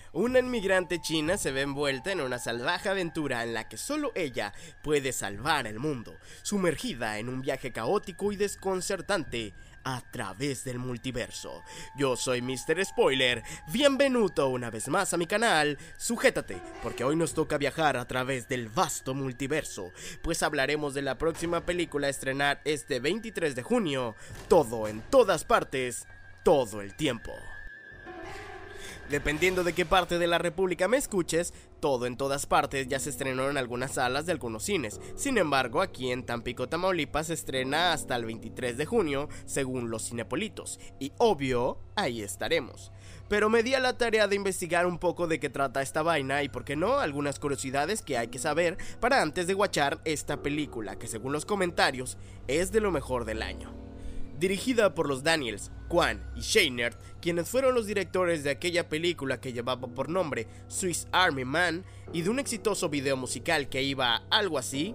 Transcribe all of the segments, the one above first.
Una inmigrante china se ve envuelta en una salvaje aventura en la que solo ella puede salvar el mundo, sumergida en un viaje caótico y desconcertante a través del multiverso. Yo soy Mr. Spoiler, bienvenuto una vez más a mi canal. Sujétate, porque hoy nos toca viajar a través del vasto multiverso, pues hablaremos de la próxima película a estrenar este 23 de junio, todo en todas partes, todo el tiempo. Dependiendo de qué parte de la República me escuches, todo en todas partes ya se estrenó en algunas salas de algunos cines. Sin embargo, aquí en Tampico, Tamaulipas se estrena hasta el 23 de junio, según los cinepolitos. Y obvio, ahí estaremos. Pero me di a la tarea de investigar un poco de qué trata esta vaina y, por qué no, algunas curiosidades que hay que saber para antes de watchar esta película, que según los comentarios, es de lo mejor del año. Dirigida por los Daniels, Kwan y Scheinert, quienes fueron los directores de aquella película que llevaba por nombre Swiss Army Man, y de un exitoso video musical que iba algo así.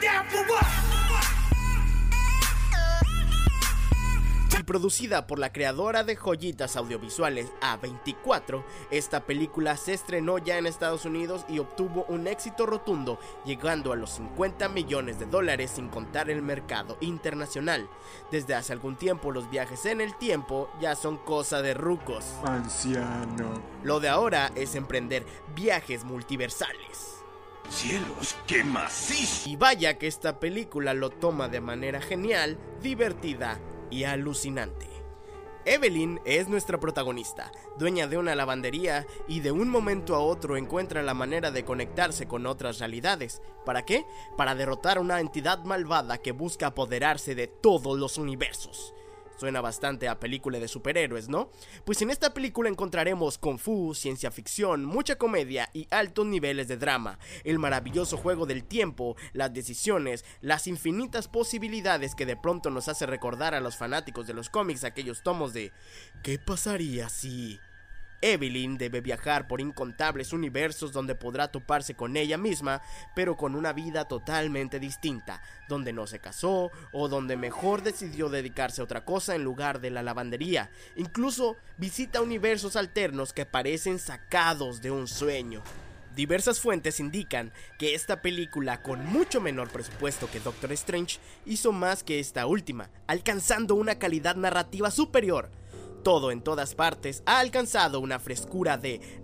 Y producida por la creadora de joyitas audiovisuales A24, esta película se estrenó ya en Estados Unidos y obtuvo un éxito rotundo, llegando a los $50 millones sin contar el mercado internacional. Desde hace algún tiempo los viajes en el tiempo ya son cosa de rucos. Anciano. Lo de ahora es emprender viajes multiversales. ¡Cielos, qué macizo! Y vaya que esta película lo toma de manera genial, divertida y alucinante. Evelyn es nuestra protagonista, dueña de una lavandería, y de un momento a otro encuentra la manera de conectarse con otras realidades. ¿Para qué? Para derrotar a una entidad malvada que busca apoderarse de todos los universos. Suena bastante a película de superhéroes, ¿no? Pues en esta película encontraremos kung fu, ciencia ficción, mucha comedia y altos niveles de drama, el maravilloso juego del tiempo, las decisiones, las infinitas posibilidades que de pronto nos hace recordar a los fanáticos de los cómics aquellos tomos de ¿qué pasaría si...? Evelyn debe viajar por incontables universos donde podrá toparse con ella misma, pero con una vida totalmente distinta, donde no se casó o donde mejor decidió dedicarse a otra cosa en lugar de la lavandería. Incluso visita universos alternos que parecen sacados de un sueño. Diversas fuentes indican que esta película, con mucho menor presupuesto que Doctor Strange, hizo más que esta última, alcanzando una calidad narrativa superior. Todo en todas partes ha alcanzado una frescura de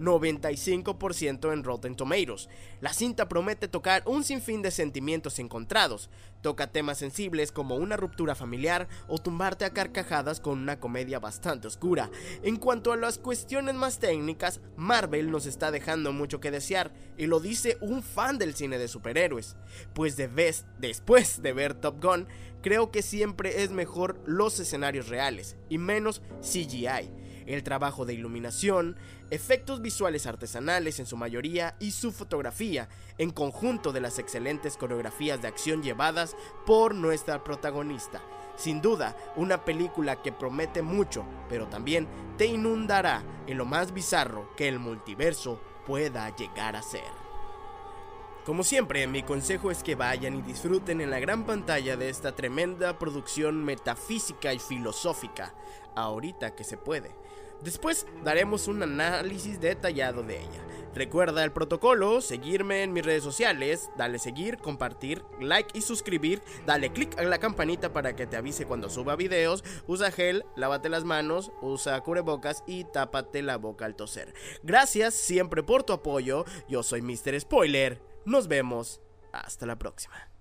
95% en Rotten Tomatoes. La cinta promete tocar un sinfín de sentimientos encontrados. Toca temas sensibles como una ruptura familiar o tumbarte a carcajadas con una comedia bastante oscura. En cuanto a las cuestiones más técnicas, Marvel nos está dejando mucho que desear, y lo dice un fan del cine de superhéroes. Pues después de ver Top Gun, creo que siempre es mejor los escenarios reales y menos CGI. El trabajo de iluminación, efectos visuales artesanales en su mayoría y su fotografía, en conjunto de las excelentes coreografías de acción llevadas por nuestra protagonista. Sin duda, una película que promete mucho, pero también te inundará en lo más bizarro que el multiverso pueda llegar a ser. Como siempre, mi consejo es que vayan y disfruten en la gran pantalla de esta tremenda producción metafísica y filosófica, ahorita que se puede. Después daremos un análisis detallado de ella. Recuerda el protocolo: seguirme en mis redes sociales, dale seguir, compartir, like y suscribir, dale click a la campanita para que te avise cuando suba videos, usa gel, lávate las manos, usa cubrebocas y tápate la boca al toser. Gracias siempre por tu apoyo, yo soy Mr. Spoiler, nos vemos, hasta la próxima.